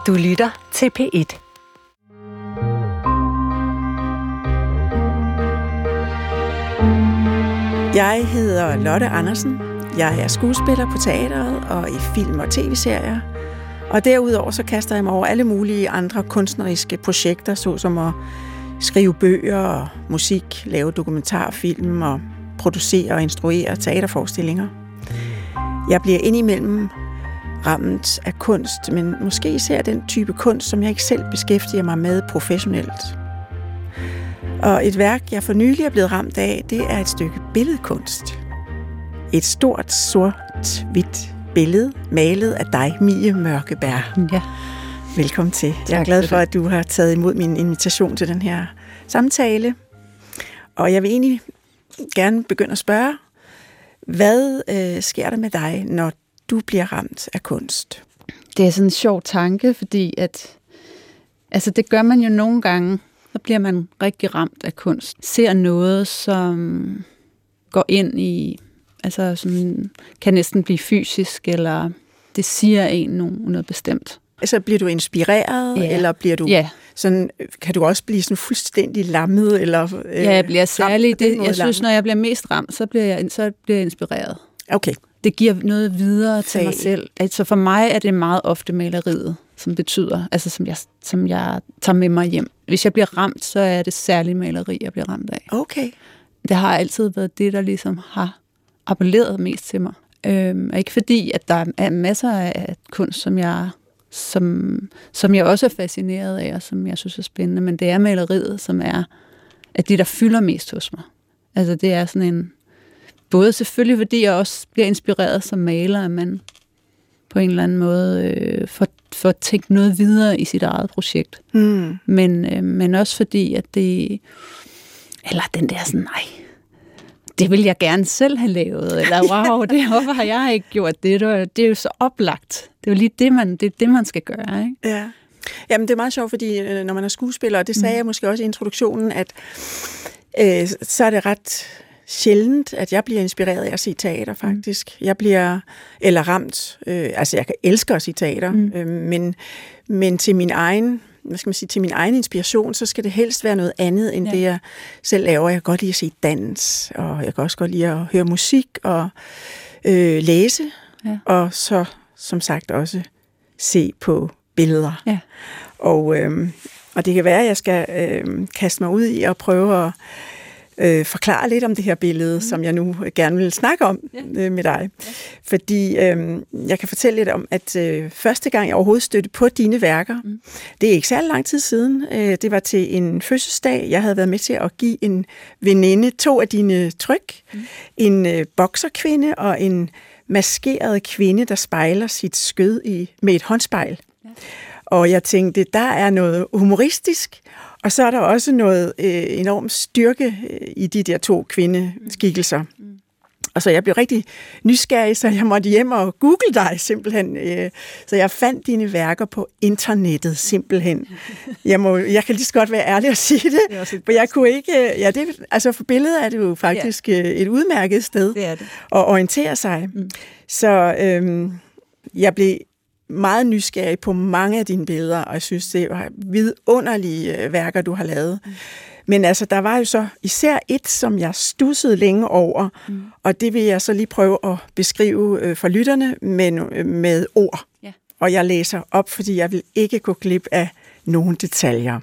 Du lytter til P1. Jeg hedder Lotte Andersen. Jeg er skuespiller på teateret og i film- og tv-serier. Og derudover så kaster jeg mig over alle mulige andre kunstneriske projekter, såsom at skrive bøger og musik, lave dokumentarfilm og producere og instruere teaterforestillinger. Jeg bliver indimellem ramt af kunst, men måske især den type kunst, som jeg ikke selv beskæftiger mig med professionelt. Og et værk, jeg for nylig er blevet ramt af, det er et stykke billedkunst. Et stort, sort-hvidt billede, malet af dig, Mie Mørkeberg. Ja. Velkommen til. Jeg er glad for, at du har taget imod min invitation til den her samtale. Og jeg vil egentlig gerne begynde at spørge, hvad sker der med dig, når du bliver ramt af kunst? Det er sådan en sjov tanke, fordi det gør man jo nogle gange, så bliver man rigtig ramt af kunst. Ser noget, som går ind i, sådan, kan næsten blive fysisk, eller det siger en noget bestemt. Altså bliver du inspireret, eller bliver du sådan, kan du også blive sådan fuldstændig lammet? Eller, jeg bliver særligt, jeg synes, når jeg bliver mest ramt, så bliver jeg inspireret. Okay. Det giver noget videre til mig selv. Altså for mig er det meget ofte maleriet, som betyder, som jeg tager med mig hjem. Hvis jeg bliver ramt, så er det særligt maleri, jeg bliver ramt af. Okay. Det har altid været det, der ligesom har appelleret mest til mig. Ikke fordi, at der er masser af kunst, som jeg også er fascineret af, og som jeg synes er spændende, men det er maleriet, som er det, der fylder mest hos mig. Altså det er sådan en, både selvfølgelig fordi jeg også bliver inspireret som maler, at man på en eller anden måde får tænkt noget videre i sit eget projekt. Men også fordi, at det, eller den der sådan, nej, det vil jeg gerne selv have lavet, eller wow, hvorfor har jeg ikke gjort det? Det er jo så oplagt. Det er jo lige det man skal gøre, ikke? Ja. Jamen det er meget sjovt, fordi når man er skuespiller, og det sagde jeg måske også i introduktionen, at så er det ret sjældent, at jeg bliver inspireret af at se teater, faktisk. Jeg bliver, eller ramt, jeg elsker at se teater, men til min egen, til min egen inspiration, så skal det helst være noget andet, end det jeg selv laver. Jeg kan godt lide at se dans, og jeg kan også godt lide at høre musik, og læse, og så, som sagt, også se på billeder. Ja. Og det kan være, at jeg skal kaste mig ud i at prøve at forklare lidt om det her billede, som jeg nu gerne vil snakke om med dig. Ja. Fordi jeg kan fortælle lidt om, at første gang jeg overhovedet stødte på dine værker, det er ikke særlig lang tid siden, det var til en fødselsdag. Jeg havde været med til at give en veninde 2 af dine tryk. En bokserkvinde og en maskeret kvinde, der spejler sit skød med et håndspejl. Ja. Og jeg tænkte, der er noget humoristisk, og så er der også noget enorm styrke i de der 2 kvindeskikkelser. Og så jeg blev rigtig nysgerrig, så jeg måtte hjem og google dig simpelthen. Så jeg fandt dine værker på internettet simpelthen. Jeg kan lige så godt være ærlig at sige det, for jeg kunne ikke. For billedet er det jo faktisk et udmærket sted at orientere sig. Så jeg blev meget nysgerrig på mange af dine billeder, og jeg synes, det var vidunderlige værker, du har lavet. Men der var jo så især et, som jeg studsede længe over, og det vil jeg så lige prøve at beskrive for lytterne med ord. Ja. Og jeg læser op, fordi jeg vil ikke gå glip af nogen detaljer.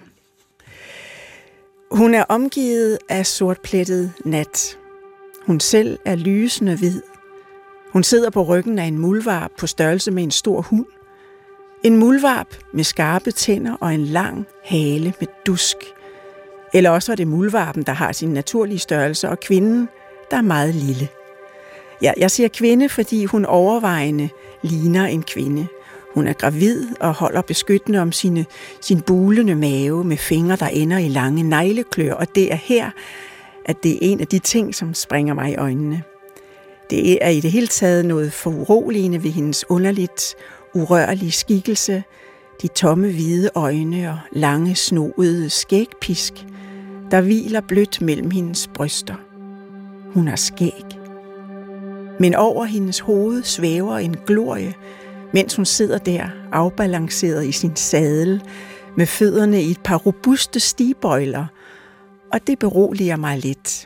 Hun er omgivet af sortplettet nat. Hun selv er lysende hvid. Hun sidder på ryggen af en muldvarp på størrelse med en stor hund. En muldvarp med skarpe tænder og en lang hale med dusk. Eller også er det muldvarpen, der har sin naturlige størrelse, og kvinden, der er meget lille. Ja, jeg siger kvinde, fordi hun overvejende ligner en kvinde. Hun er gravid og holder beskyttende om sin bulende mave med fingre, der ender i lange negleklør, og det er her, at det er en af de ting, som springer mig i øjnene. Det er i det hele taget noget foruroligende ved hendes underligt urørlige skikkelse, de tomme hvide øjne og lange snoede skægpisk, der hviler blødt mellem hendes bryster. Hun har skæg. Men over hendes hoved svæver en glorie mens hun sidder der afbalanceret i sin sadel, med fødderne i et par robuste stigbøjler, og det beroliger mig lidt.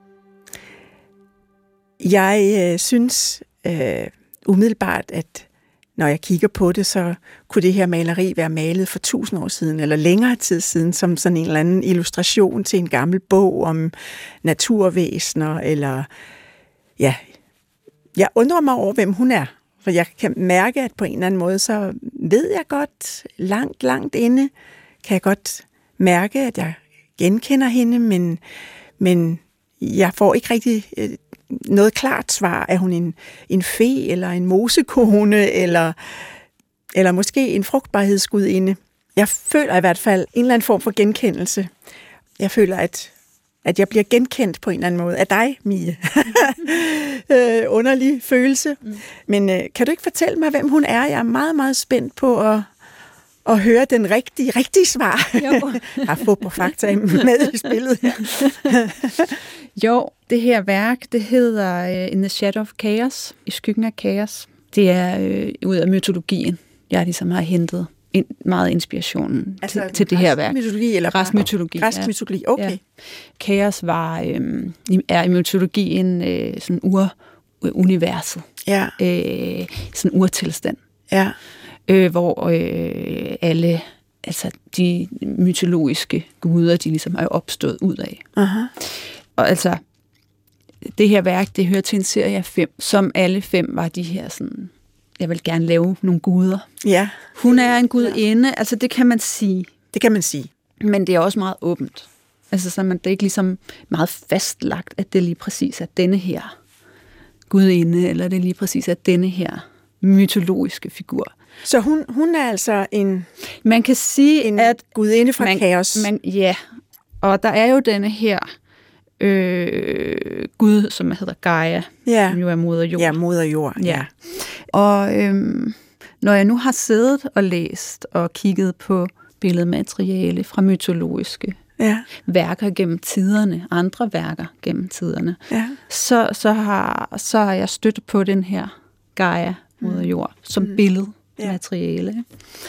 Jeg synes umiddelbart, at når jeg kigger på det, så kunne det her maleri være malet for 1000 år siden, eller længere tid siden, som sådan en eller anden illustration til en gammel bog om naturvæsener, eller ja, jeg undrer mig over, hvem hun er. For jeg kan mærke, at på en eller anden måde, så ved jeg godt, langt inde, kan jeg godt mærke, at jeg genkender hende, men jeg får ikke rigtig noget klart svar. Er hun en fe, eller en mosekone, eller måske en frugtbarhedsgudinde? Jeg føler i hvert fald en eller anden form for genkendelse. Jeg føler, at jeg bliver genkendt på en eller anden måde af dig, Mie. Underlig følelse. Men kan du ikke fortælle mig, hvem hun er? Jeg er meget, meget spændt på at høre den rigtige svar. Jo. Jeg har fået på fakta med i spillet her. Jo, det her værk, det hedder In the Shadow of Chaos, i skyggen af kaos. Det er ud af mytologien. Jeg ligesom har hentet meget inspiration til det her værk. Mytologi eller græsk mytologi. Græsk mytologi, okay. Ja. Kaos er i mytologien sådan uruniverset. Ja. Sådan urtilstand. Ja. Hvor alle, altså de mytologiske guder, de ligesom er opstået ud af. Aha. Og altså, det her værk, det hører til en serie af 5, som alle 5 var de her sådan, jeg vil gerne lave nogle guder. Ja. Hun er en gudinde, altså det kan man sige. Det kan man sige. Men det er også meget åbent. Altså så det er ikke ligesom meget fastlagt, at det lige præcis er denne her gudinde, eller det lige præcis er denne her mytologiske figur. Så hun er altså man kan sige, at gudinde fra kaos. Ja, og der er jo denne her Gud, som hedder Gaia, som jo er moder jord. Ja, moder jord, ja. Og når jeg nu har siddet og læst og kigget på billedmateriale fra mytologiske værker gennem tiderne, andre værker gennem tiderne, så har jeg stødt på den her Gaia, moder jord, som billedmateriale.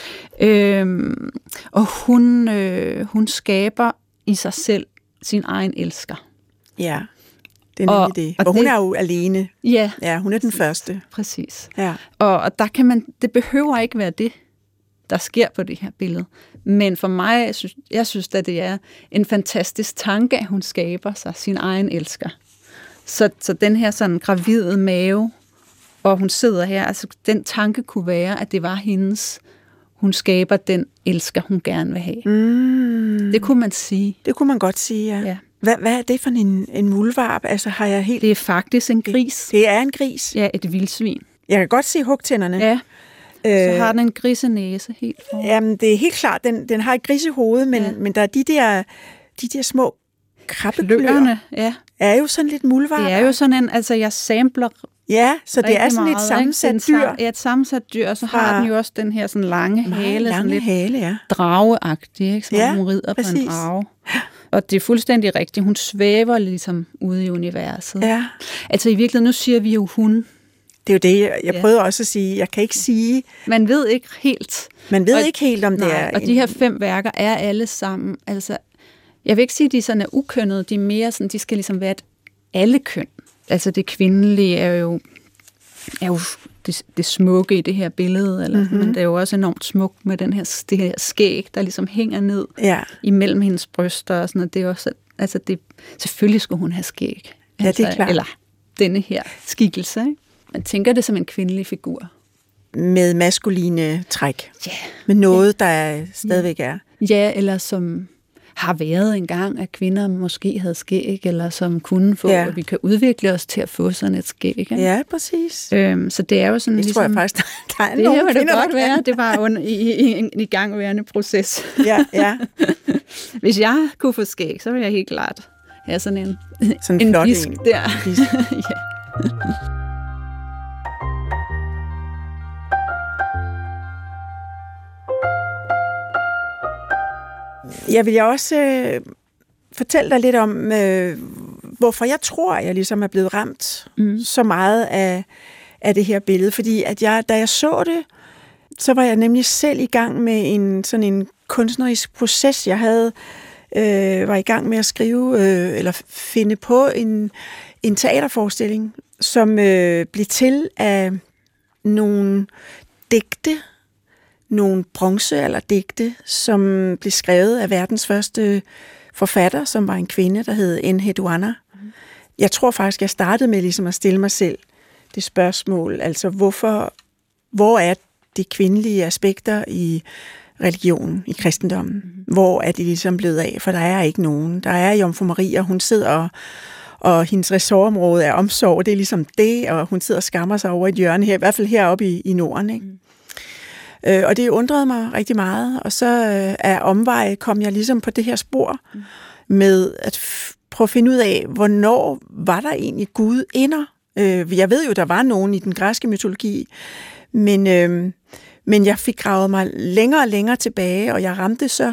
Og hun skaber i sig selv sin egen elsker. Ja, det er nemlig det. Og hun er jo alene. Ja. Ja, hun er den første. Præcis. Ja. Og der kan det behøver ikke være det, der sker på det her billede. Men for mig, jeg synes, at det er en fantastisk tanke, at hun skaber sig sin egen elsker. Så den her sådan gravide mave, og hun sidder her, altså den tanke kunne være, at det var hendes, hun skaber den elsker, hun gerne vil have. Det kunne man sige. Det kunne man godt sige, ja. Hvad er det for en muldvarp? Altså, har jeg helt... Det er faktisk en gris. Det er en gris? Ja, et vildsvin. Jeg kan godt se hugtænderne. Ja, så har den en grisenæse helt foran. Jamen, det er helt klart, den har et grisehoved, men der er de der små krabbekløerne, er jo sådan lidt muldvarp. Det er jo sådan en, altså jeg sampler. Ja, så det er sådan et sammensat dyr. Ja, et sammensat dyr, og så har den jo også den her sådan lange hale. Lange sådan hale, ja. Drageagtig, ikke? Så hun rider på en drage. Og det er fuldstændig rigtigt. Hun svæver ligesom ude i universet. Ja. Altså i virkeligheden, nu siger vi jo hun. Det er jo det, jeg prøvede også at sige. Jeg kan ikke sige... Man ved ikke helt. Man ved ikke helt, om det er... Og de her 5 værker er alle sammen, altså... Jeg vil ikke sige, at de sådan er ukønnede. De er mere sådan, de skal ligesom være et alle køn. Altså det kvindelige er jo det smukke i det her billede, eller, men det er jo også enormt smukt med det her skæg, der ligesom hænger ned imellem hendes bryster og sådan noget. Det er også, altså det, selvfølgelig skulle hun have skæg. Ja, det er klart. Eller denne her skikkelse, ikke? Man tænker det som en kvindelig figur. Med maskuline træk. Ja. Med noget, der stadigvæk er. Ja, eller som har været engang, at kvinder måske havde skæg, eller som kunne få, og vi kan udvikle os til at få sådan et skæg. Ikke? Ja, præcis. Så det er jo sådan det ligesom... tror jeg faktisk, der er nogle kvinder, det godt være. Det var i en igangværende proces. Ja. Hvis jeg kunne få skæg, så ville jeg helt klart have sådan en flot pisk der. Ja. Jeg vil også fortælle dig lidt om, hvorfor jeg tror, at jeg ligesom er blevet ramt så meget af det her billede. Fordi at da jeg så det, så var jeg nemlig selv i gang med sådan en kunstnerisk proces. Jeg var i gang med at skrive eller finde på en teaterforestilling, som blev til af nogle digte, nogle bronzealderdigte, som blev skrevet af verdens første forfatter, som var en kvinde, der hed Enheduanna. Jeg tror faktisk, jeg startede med ligesom at stille mig selv det spørgsmål, altså hvor er de kvindelige aspekter i religionen, i kristendommen? Hvor er de ligesom blevet af? For der er ikke nogen. Der er Jomfru Maria, hun sidder og hendes ressortområde er omsorg, det er ligesom det, og hun sidder og skammer sig over et hjørne her, i hvert fald heroppe i Norden, ikke? Og det undrede mig rigtig meget, og så af omveje kom jeg ligesom på det her spor med at prøve at finde ud af, hvornår var der egentlig gudinder? Jeg ved jo, der var nogen i den græske mytologi, men jeg fik gravet mig længere og længere tilbage, og jeg ramte så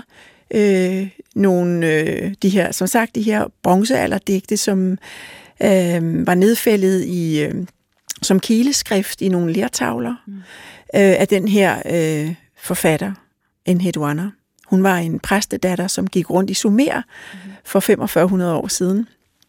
de her bronzealderdigte, som var nedfældet som kileskrift i nogle lertavler af den her forfatter, Enheduanna. Hun var en præstedatter, som gik rundt i Sumer for 4500 år siden.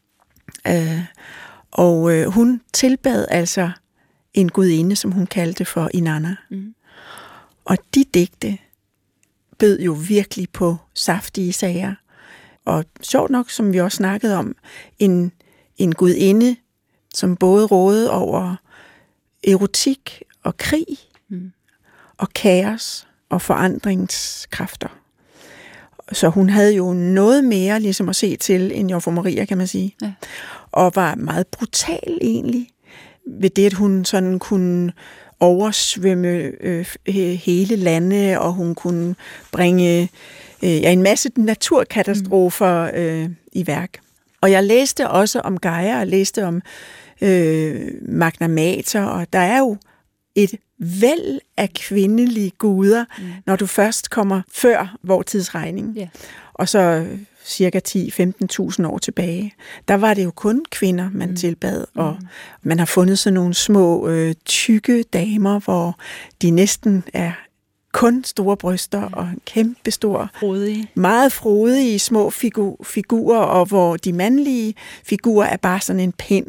Og hun tilbad altså en gudinde, som hun kaldte for Inanna. Og de digte bød jo virkelig på saftige sager. Og sjovt nok, som vi også snakkede om, en gudinde, som både rådede over erotik og krig, og kaos og forandringskræfter. Så hun havde jo noget mere ligesom at se til end Jomfru Maria, kan man sige. Ja. Og var meget brutal egentlig, ved det, at hun sådan kunne oversvømme hele lande, og hun kunne bringe en masse naturkatastrofer i værk. Og jeg læste også om Gaia, og læste om Magna Mater, og der er jo et væld af kvindelige guder, når du først kommer før vor tidsregning. Yeah. Og så cirka 10-15.000 år tilbage. Der var det jo kun kvinder, man tilbad, og man har fundet sådan nogle små, tykke damer, hvor de næsten er kun store bryster og en kæmpe stor, meget frodige små figurer, og hvor de mandlige figurer er bare sådan en pind.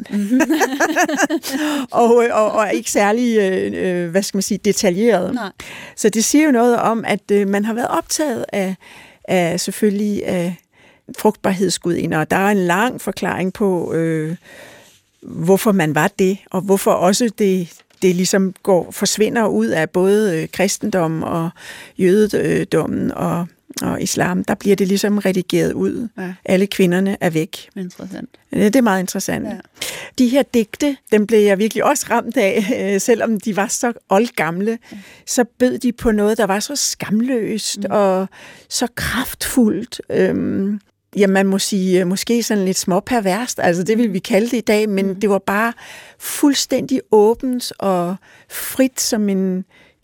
og ikke særlig, detaljeret. Nej. Så det siger jo noget om, at man har været optaget af selvfølgelig af frugtbarhedsgudinder, og der er en lang forklaring på, hvorfor man var det, og hvorfor også det ligesom forsvinder ud af både kristendom og jødedommen og islam. Der bliver det ligesom redigeret ud. Ja. Alle kvinderne er væk. Interessant. Det er meget interessant. Ja. De her digte, dem blev jeg virkelig også ramt af, selvom de var så oldgamle, så bød de på noget, der var så skamløst og så kraftfuldt. Ja, man må sige, måske sådan lidt småperverst, altså det vil vi kalde det i dag, men det var bare fuldstændig åbent og frit som en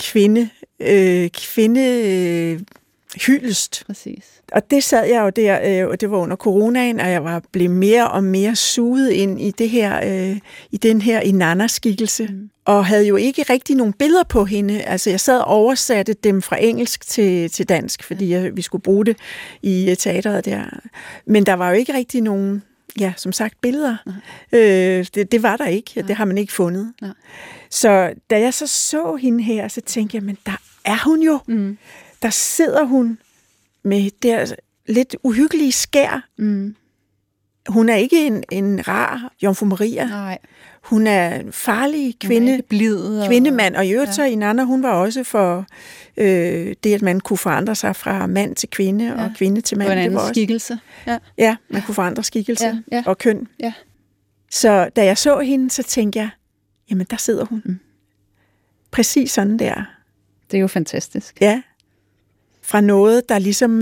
kvindehyldest. Præcis. Og det sad jeg jo der, og det var under coronaen, og jeg blev mere og mere suget ind i det her, i den her Inanna-skikkelse, og havde jo ikke rigtig nogen billeder på hende. Altså jeg sad og oversatte dem fra engelsk til dansk, fordi vi skulle bruge det i teateret der. Men der var jo ikke rigtig nogen, som sagt, billeder. Det var der ikke. Det har man ikke fundet. Nej. Så da jeg så hende her, så tænkte jeg, men der er hun jo. Der sidder hun med der lidt uhyggelige skær. Hun er ikke en rar Jomfru Maria. Nej. Hun er en farlig kvindemand, og i øvrigt så Inanna, hun var også for det, at man kunne forandre sig fra mand til kvinde, og kvinde til mand. Det var en skikkelse. Ja, man kunne forandre skikkelse og køn. Ja. Så da jeg så hende, så tænkte jeg, jamen der sidder hun. Præcis sådan der. Det er jo fantastisk. Ja. Fra noget, der ligesom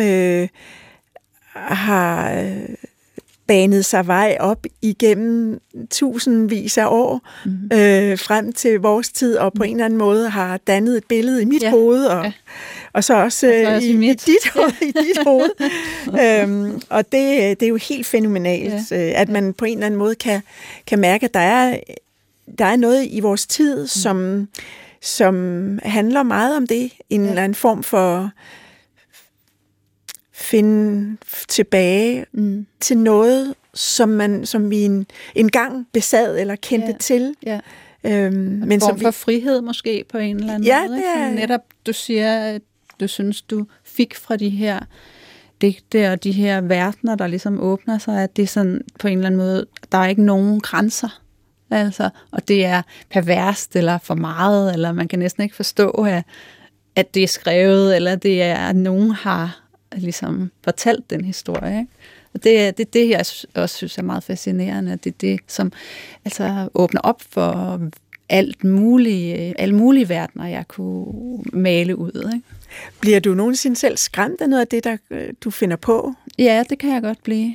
har banet sig vej op igennem tusindvis af år, frem til vores tid, og på en eller anden måde har dannet et billede i mit hoved, og så også i dit hoved. Og det er jo helt fænomenalt, at man på en eller anden måde kan mærke, at der er noget i vores tid, som handler meget om det. En eller anden form for finde tilbage til noget, som vi engang besad eller kendte til. Ja. Men form for frihed måske på en eller anden måde. Det er... Netop, du siger, at du synes, du fik fra de her digte og de her verdener, der ligesom åbner sig, at det er sådan på en eller anden måde, der er ikke nogen grænser. Altså, og det er perverst eller for meget, eller man kan næsten ikke forstå, at det er skrevet, eller det er, at nogen har ligesom fortalt den historie. Ikke? Og det er det, jeg også synes er meget fascinerende. Det er det, som altså åbner op for alle mulige verdener, jeg kunne male ud. Ikke? Bliver du nogensinde selv skræmt af noget af det, du finder på? Ja, det kan jeg godt blive.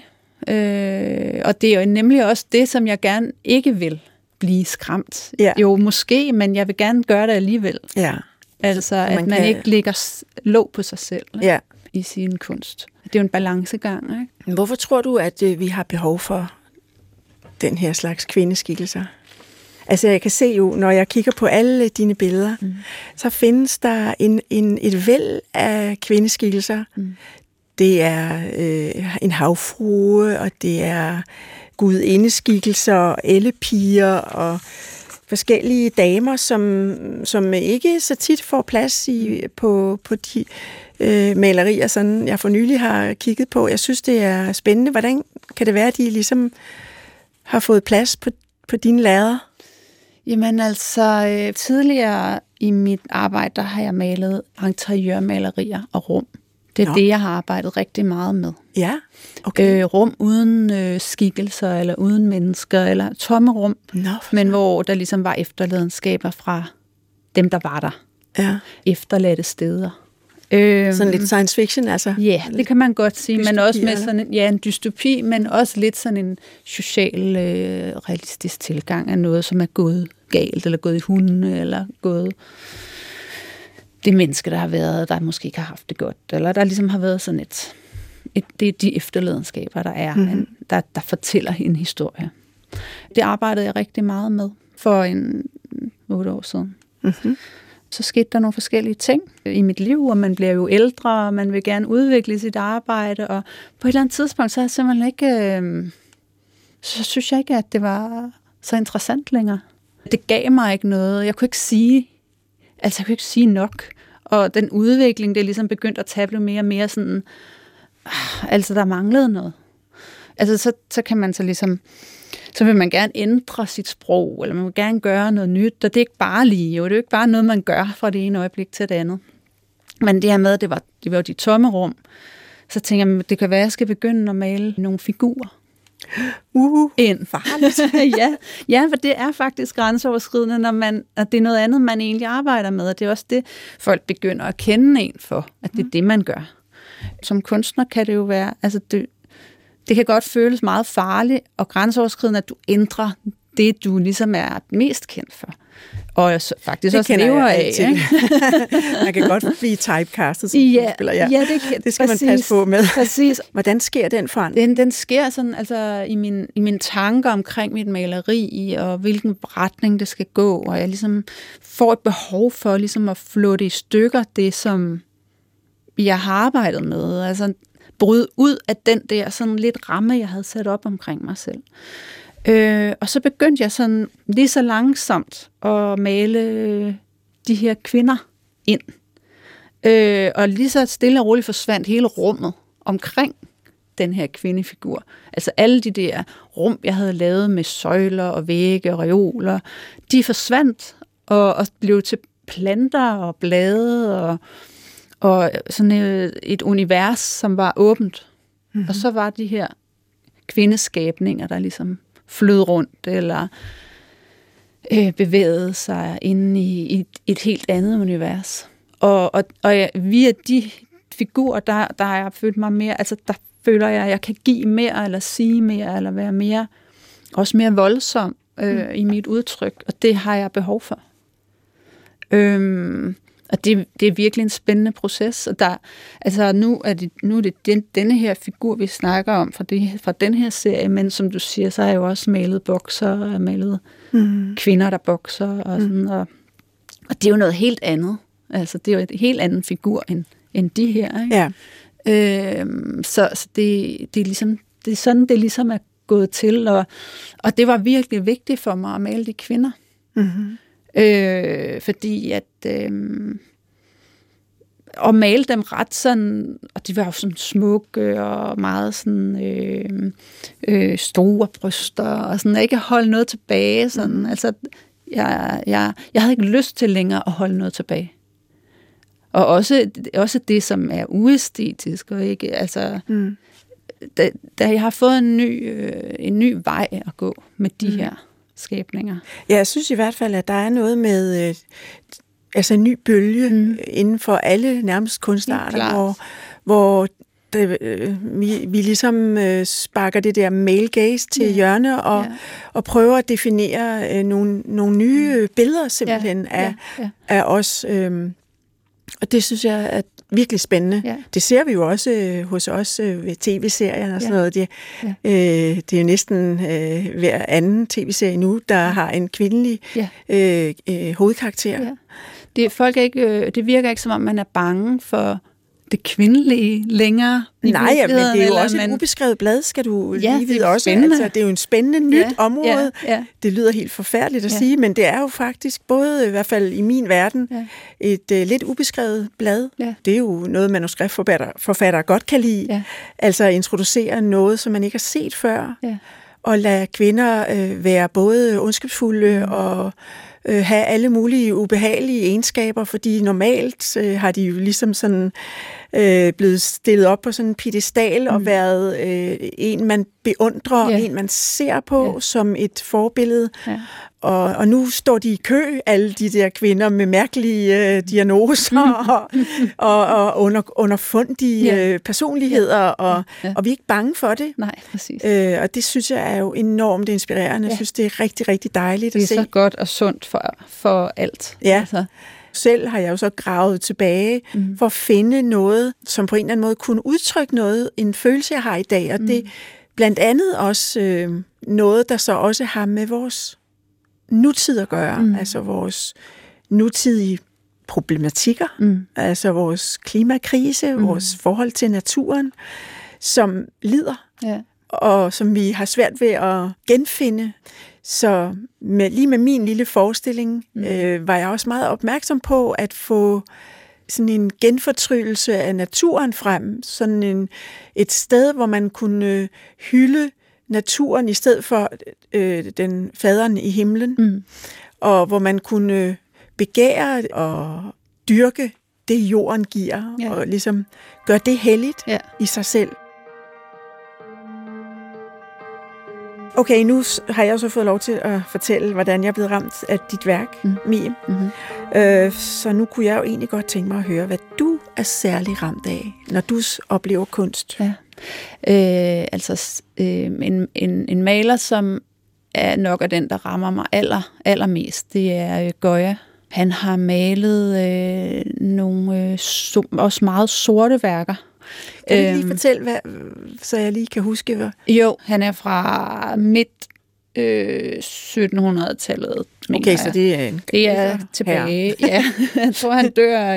Og det er jo nemlig også det, som jeg gerne ikke vil blive skræmt. Ja. Jo, måske, men jeg vil gerne gøre det alligevel. Ja. Altså, at man ikke lægger låg på sig selv i sin kunst. Det er jo en balancegang. Ikke? Hvorfor tror du, at vi har behov for den her slags kvindeskikkelser? Altså, jeg kan se jo, når jeg kigger på alle dine billeder, så findes der et væld af kvindeskikkelser. Det er en havfrue, og det er gudindeskikkelser, ellepiger og forskellige damer, som ikke så tit får plads på de malerier, sådan jeg for nylig har kigget på. Jeg synes, det er spændende. Hvordan kan det være, at de ligesom har fået plads på dine lærreder? Jamen altså, tidligere i mit arbejde, der har jeg malet interiørmalerier og rum. Det er det, jeg har arbejdet rigtig meget med. Ja, okay. Rum uden skikkelser, eller uden mennesker, eller tomme rum, men hvor der ligesom var efterladenskaber fra dem, der var der. Ja. Efterladte steder. Sådan lidt science fiction, altså? Ja, det kan man godt sige, men også med sådan en dystopi, men også lidt sådan en social, realistisk tilgang af noget, som er gået galt, eller gået i hunde, eller gået det menneske, der har været, der måske ikke har haft det godt, eller der ligesom har været sådan det er de efterladenskaber, der er, der fortæller en historie. Det arbejdede jeg rigtig meget med for 8 år siden. Mm-hmm. Så skete der nogle forskellige ting i mit liv, og man bliver jo ældre, og man vil gerne udvikle sit arbejde, og på et eller andet tidspunkt, så er jeg simpelthen ikke, så synes jeg ikke, at det var så interessant længere. Det gav mig ikke noget. Jeg kunne ikke sige nok. Og den udvikling, det er ligesom begyndt at tage mere og mere sådan, altså der manglede noget. Altså så kan man så ligesom, så vil man gerne ændre sit sprog, eller man vil gerne gøre noget nyt, og det er ikke bare lige, det er jo ikke bare noget, man gør fra det ene øjeblik til det andet. Men det her med, det var jo de tomme rum, så tænker jeg, det kan være, at jeg skal begynde at male nogle figurer. Farligt. Ja, for det er faktisk grænseoverskridende, at det er noget andet, man egentlig arbejder med, og det er også det, folk begynder at kende en for, at det er det, man gør. Som kunstner kan det jo være, altså det kan godt føles meget farligt og grænseoverskridende, at du ændrer det, du ligesom er mest kendt for. Og faktisk det også lever af. Man kan godt blive typecastet som skuespiller. Ja, det skal præcis, man passe på med. Præcis. Hvordan sker den forandring? Den sker sådan, altså i mine tanker omkring mit maleri, og hvilken retning det skal gå, og jeg ligesom får et behov for ligesom at flå det i stykker, det som jeg har arbejdet med. Altså bryde ud af den der sådan lidt ramme, jeg havde sat op omkring mig selv. Og så begyndte jeg sådan lige så langsomt at male de her kvinder ind. Og lige så stille og roligt forsvandt hele rummet omkring den her kvindefigur. Altså alle de der rum, jeg havde lavet med søjler og vægge og reoler, de forsvandt og blev til planter og blade og sådan et univers, som var åbent. Mm-hmm. Og så var de her kvindeskabninger, der ligesom flød rundt, eller bevægede sig inde i et helt andet univers. Og via de figurer, der har jeg følt mig mere, altså der føler jeg, at jeg kan give mere, eller sige mere, eller være mere, også mere voldsom i mit udtryk, og det har jeg behov for. Og det er virkelig en spændende proces, og nu er det denne her figur, vi snakker om fra den her serie, men som du siger, så har jeg jo også malet bokser, og malet kvinder, der bokser, og sådan, og Og det er jo noget helt andet. Altså, det er jo en helt anden figur end de her. Ikke? Ja. Så det er ligesom, det er sådan, det ligesom er gået til, og det var virkelig vigtigt for mig at male de kvinder. Mm-hmm. Fordi at at male dem ret sådan, og de var jo sådan smukke og meget sådan store bryster og sådan, ikke holde noget tilbage sådan. Altså jeg havde ikke lyst til længere at holde noget tilbage. Og også det som er uæstetisk og ikke altså da jeg har fået en ny vej at gå med de her skabninger. Ja, jeg synes i hvert fald, at der er noget med altså en ny bølge inden for alle nærmest kunstarter, hvor vi ligesom sparker det der male gaze til hjørne og prøver at definere nogle nye billeder simpelthen af os. Og det synes jeg er virkelig spændende. Ja. Det ser vi jo også hos os ved tv-serier og sådan noget. Det er jo næsten hver anden tv-serie nu, der har en kvindelig hovedkarakter. Ja. Det virker ikke som om, man er bange for det kvindelige længere. Nej, men det er jo også et ubeskrevet blad, skal du lige vide også. Altså, det er jo en spændende nyt område. Ja. Det lyder helt forfærdeligt at sige, men det er jo faktisk både, i hvert fald i min verden, et lidt ubeskrevet blad. Ja. Det er jo noget, manuskriptforfattere godt kan lide. Ja. Altså introducere noget, som man ikke har set før. Ja. Og lade kvinder være både ondskabsfulde og have alle mulige ubehagelige egenskaber, fordi normalt har de jo ligesom sådan blevet stillet op på sådan en piedestal og været en, man beundrer, en, man ser på som et forbillede. Ja. Og nu står de i kø, alle de der kvinder med mærkelige diagnoser og underfundige personligheder, og vi er ikke bange for det. Nej, præcis. Og det synes jeg er jo enormt inspirerende. Jeg synes, det er rigtig, rigtig dejligt at se. Det er så godt og sundt for alt. Ja. Altså. Selv har jeg jo så gravet tilbage for at finde noget, som på en eller anden måde kunne udtrykke noget, en følelse, jeg har i dag. Og det blandt andet også noget, der så også har med vores nutid at gøre. Altså vores nutidige problematikker, altså vores klimakrise, vores forhold til naturen, som lider, og som vi har svært ved at genfinde. Så lige med min lille forestilling var jeg også meget opmærksom på at få sådan en genfortryllelse af naturen frem. Sådan et sted, hvor man kunne hylde naturen i stedet for den faderen i himlen. Og hvor man kunne begære og dyrke det, jorden giver, og ligesom gøre det helligt i sig selv. Okay, nu har jeg så fået lov til at fortælle, hvordan jeg er blevet ramt af dit værk, Mie. Så nu kunne jeg jo egentlig godt tænke mig at høre, hvad du er særlig ramt af, når du oplever kunst. Ja. En maler, som er nok af den, der rammer mig allermest, det er Goya. Han har malet nogle også meget sorte værker. Kan du lige fortælle, så jeg lige kan huske, hvad? Jo, han er fra midt 1700-tallet. Okay, så det er tilbage. Ja, jeg tror, han dør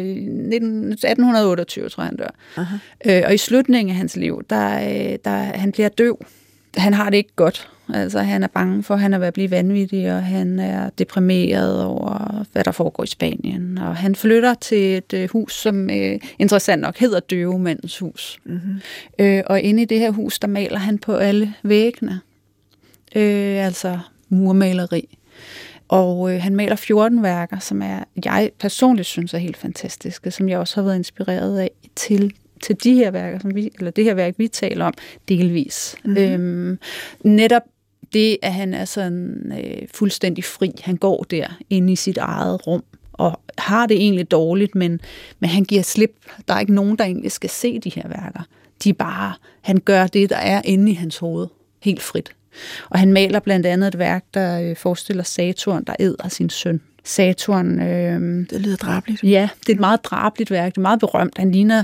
1828, tror jeg, han dør. Og i slutningen af hans liv, der han bliver døv. Han har det ikke godt. Altså, han er bange for, at han er ved at blive vanvittig, og han er deprimeret over, hvad der foregår i Spanien. Og han flytter til et hus, som interessant nok hedder Døvemandens hus. Og inde i det her hus, der maler han på alle væggene. Altså murmaleri. Og han maler 14 værker, som jeg personligt synes er helt fantastiske, som jeg også har været inspireret af til de her værker, eller det her værk, vi taler om, delvis. Netop det, at han er sådan fuldstændig fri. Han går der inde i sit eget rum, og har det egentlig dårligt, men han giver slip. Der er ikke nogen, der egentlig skal se de her værker. Han gør det, der er inde i hans hoved, helt frit. Og han maler blandt andet et værk, der forestiller Saturn, der æder sin søn, Saturn. Det lyder drabeligt. Ja, det er et meget drabeligt værk. Det er meget berømt. Han ligner,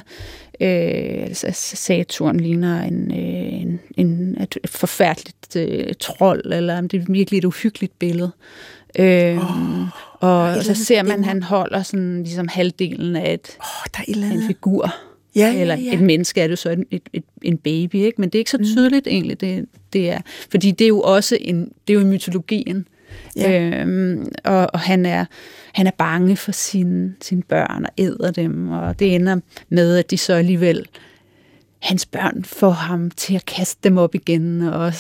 Saturn ligner et forfærdeligt trold, eller det er virkelig et uhyggeligt billede. Og så ser man, at han holder sådan, ligesom halvdelen af en figur. Eller et menneske er det så en baby, ikke? Men det er ikke så tydeligt egentlig, det er. Fordi det er jo også det er jo i mytologien. Ja. Og han er bange for sine børn og æder dem, og det ender med, at de så alligevel, hans børn får ham til at kaste dem op igen, og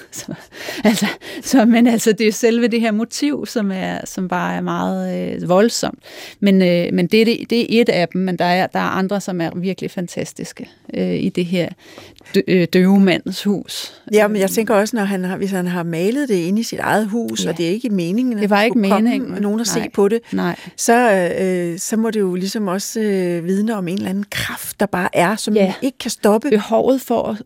men det er selve det her motiv, som bare er meget voldsomt. Men det er et af dem, men der er andre, som er virkelig fantastiske i det her døvemandens hus. Ja, men jeg tænker også, hvis han har malet det inde i sit eget hus, og det er ikke meningen, det var ikke meningen, nogen at se på det, nej. Så må det jo ligesom også vidne om en eller anden kraft, der bare er, som man ikke kan stoppe. Behovet for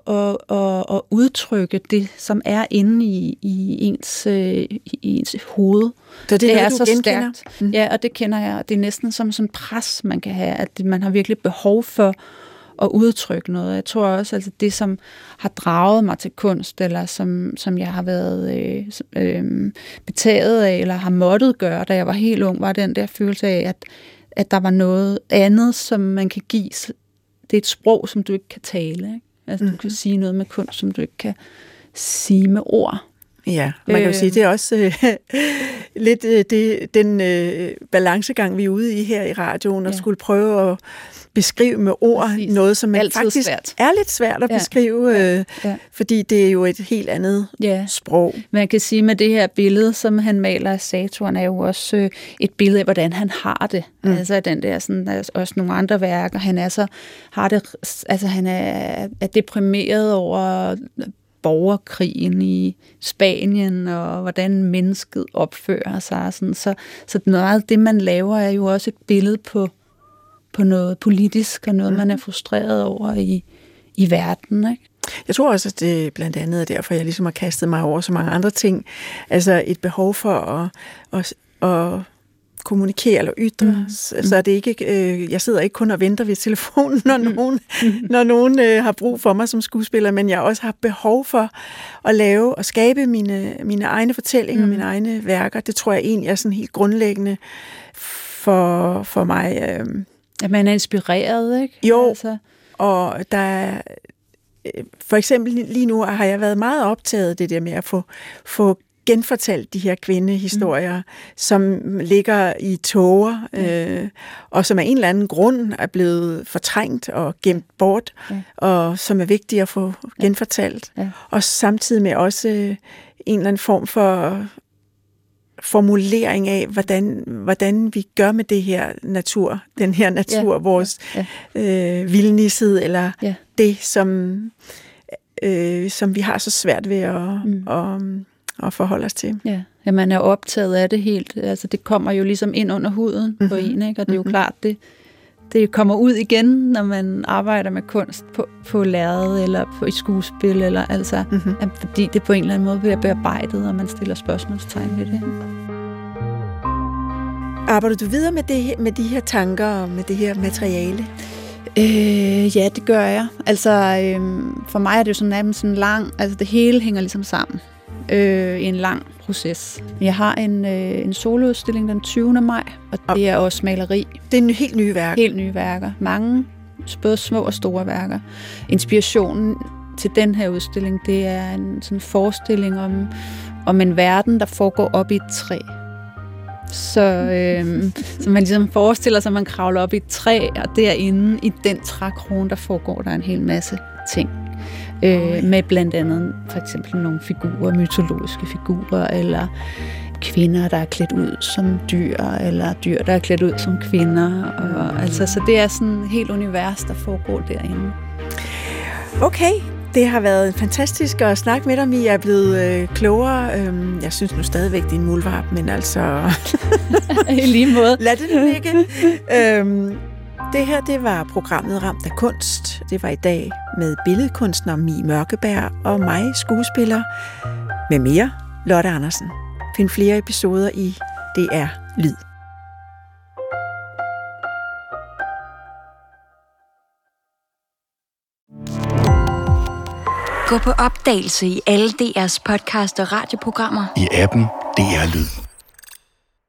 at udtrykke det, som er inde i ens hoved. Det er så stærkt. Ja, og det kender jeg. Det er næsten som sådan pres, man kan have, at man har virkelig behov for at udtrykke noget. Jeg tror også, altså det, som har draget mig til kunst, eller som jeg har været betaget af, eller har måttet gøre, da jeg var helt ung, var den der følelse af, at der var noget andet, som man kan give. Det er et sprog, som du ikke kan tale, ikke? Altså, du kan sige noget med kunst, som du ikke kan sige med ord. Ja, man kan jo sige, det er også lidt den balancegang, vi er ude i her i radioen, og skulle prøve at beskrive med ord noget, som man faktisk er lidt svært at beskrive, fordi det er jo et helt andet sprog. Man kan sige, med det her billede, som han maler af Saturn, er jo også et billede af, hvordan han har det. Altså den der, sådan, der er også nogle andre værker. Han han er deprimeret over borgerkrigen i Spanien, og hvordan mennesket opfører sig. Sådan. Så noget af det, man laver, er jo også et billede på noget politisk, og noget, man er frustreret over i verden, ikke? Jeg tror også, at det blandt andet er derfor, jeg ligesom har kastet mig over så mange andre ting. Altså et behov for at kommunikere eller ytre, så er det ikke, jeg sidder ikke kun og venter ved telefonen, når nogen har brug for mig som skuespiller, men jeg også har behov for at lave og skabe mine egne fortællinger, mine egne værker. Det tror jeg egentlig er sådan helt grundlæggende for mig. At man er inspireret, ikke? Jo, altså. Og der er, for eksempel lige nu har jeg været meget optaget af det der med at få genfortalt de her kvindehistorier, som ligger i tåger, og som af en eller anden grund er blevet fortrængt og gemt bort, og som er vigtige at få genfortalt. Ja. Og samtidig med også en eller anden form for formulering af, hvordan vi gør med det her natur, den her natur, vores vildnished, eller det, som vi har så svært ved at forholde os til. Ja, man er optaget af det helt. Altså, det kommer jo ligesom ind under huden på en, ikke? Og det er jo klart, det kommer ud igen, når man arbejder med kunst på lærred eller i skuespil, eller altså, fordi det på en eller anden måde bliver bearbejdet, og man stiller spørgsmålstegn ved det. Arbejder du videre med de her tanker og med det her materiale? Ja, det gør jeg. Altså, for mig er det jo sådan lang, altså det hele hænger ligesom sammen i en lang proces. Jeg har en soloudstilling den 20. maj, og det er også maleri. Det er helt nye værker. Helt nye værker. Mange, både små og store værker. Inspirationen til den her udstilling, det er en sådan forestilling om en verden, der foregår op i et træ. Så man ligesom forestiller sig, at man kravler op i et træ, og derinde i den trækrone, der foregår der en hel masse ting. Med blandt andet for eksempel nogle figurer, mytologiske figurer, eller kvinder, der er klædt ud som dyr, eller dyr, der er klædt ud som kvinder. Og, altså, så det er sådan et helt univers, der foregår derinde. Okay, det har været fantastisk at snakke med dig, Mia. Jeg er blevet klogere. Jeg synes nu stadigvæk, det er en muldvarp, men altså... I lige måde. Lad det nu ligge. Det her, det var programmet Ramt af kunst. Det var i dag med billedkunstner Mie Mørkeberg og mig, skuespiller, med mere Lotte Andersen. Find flere episoder i det er lyd. Gå på opdagelse i alle DR's podcast og radioprogrammer. I appen DR Lyd.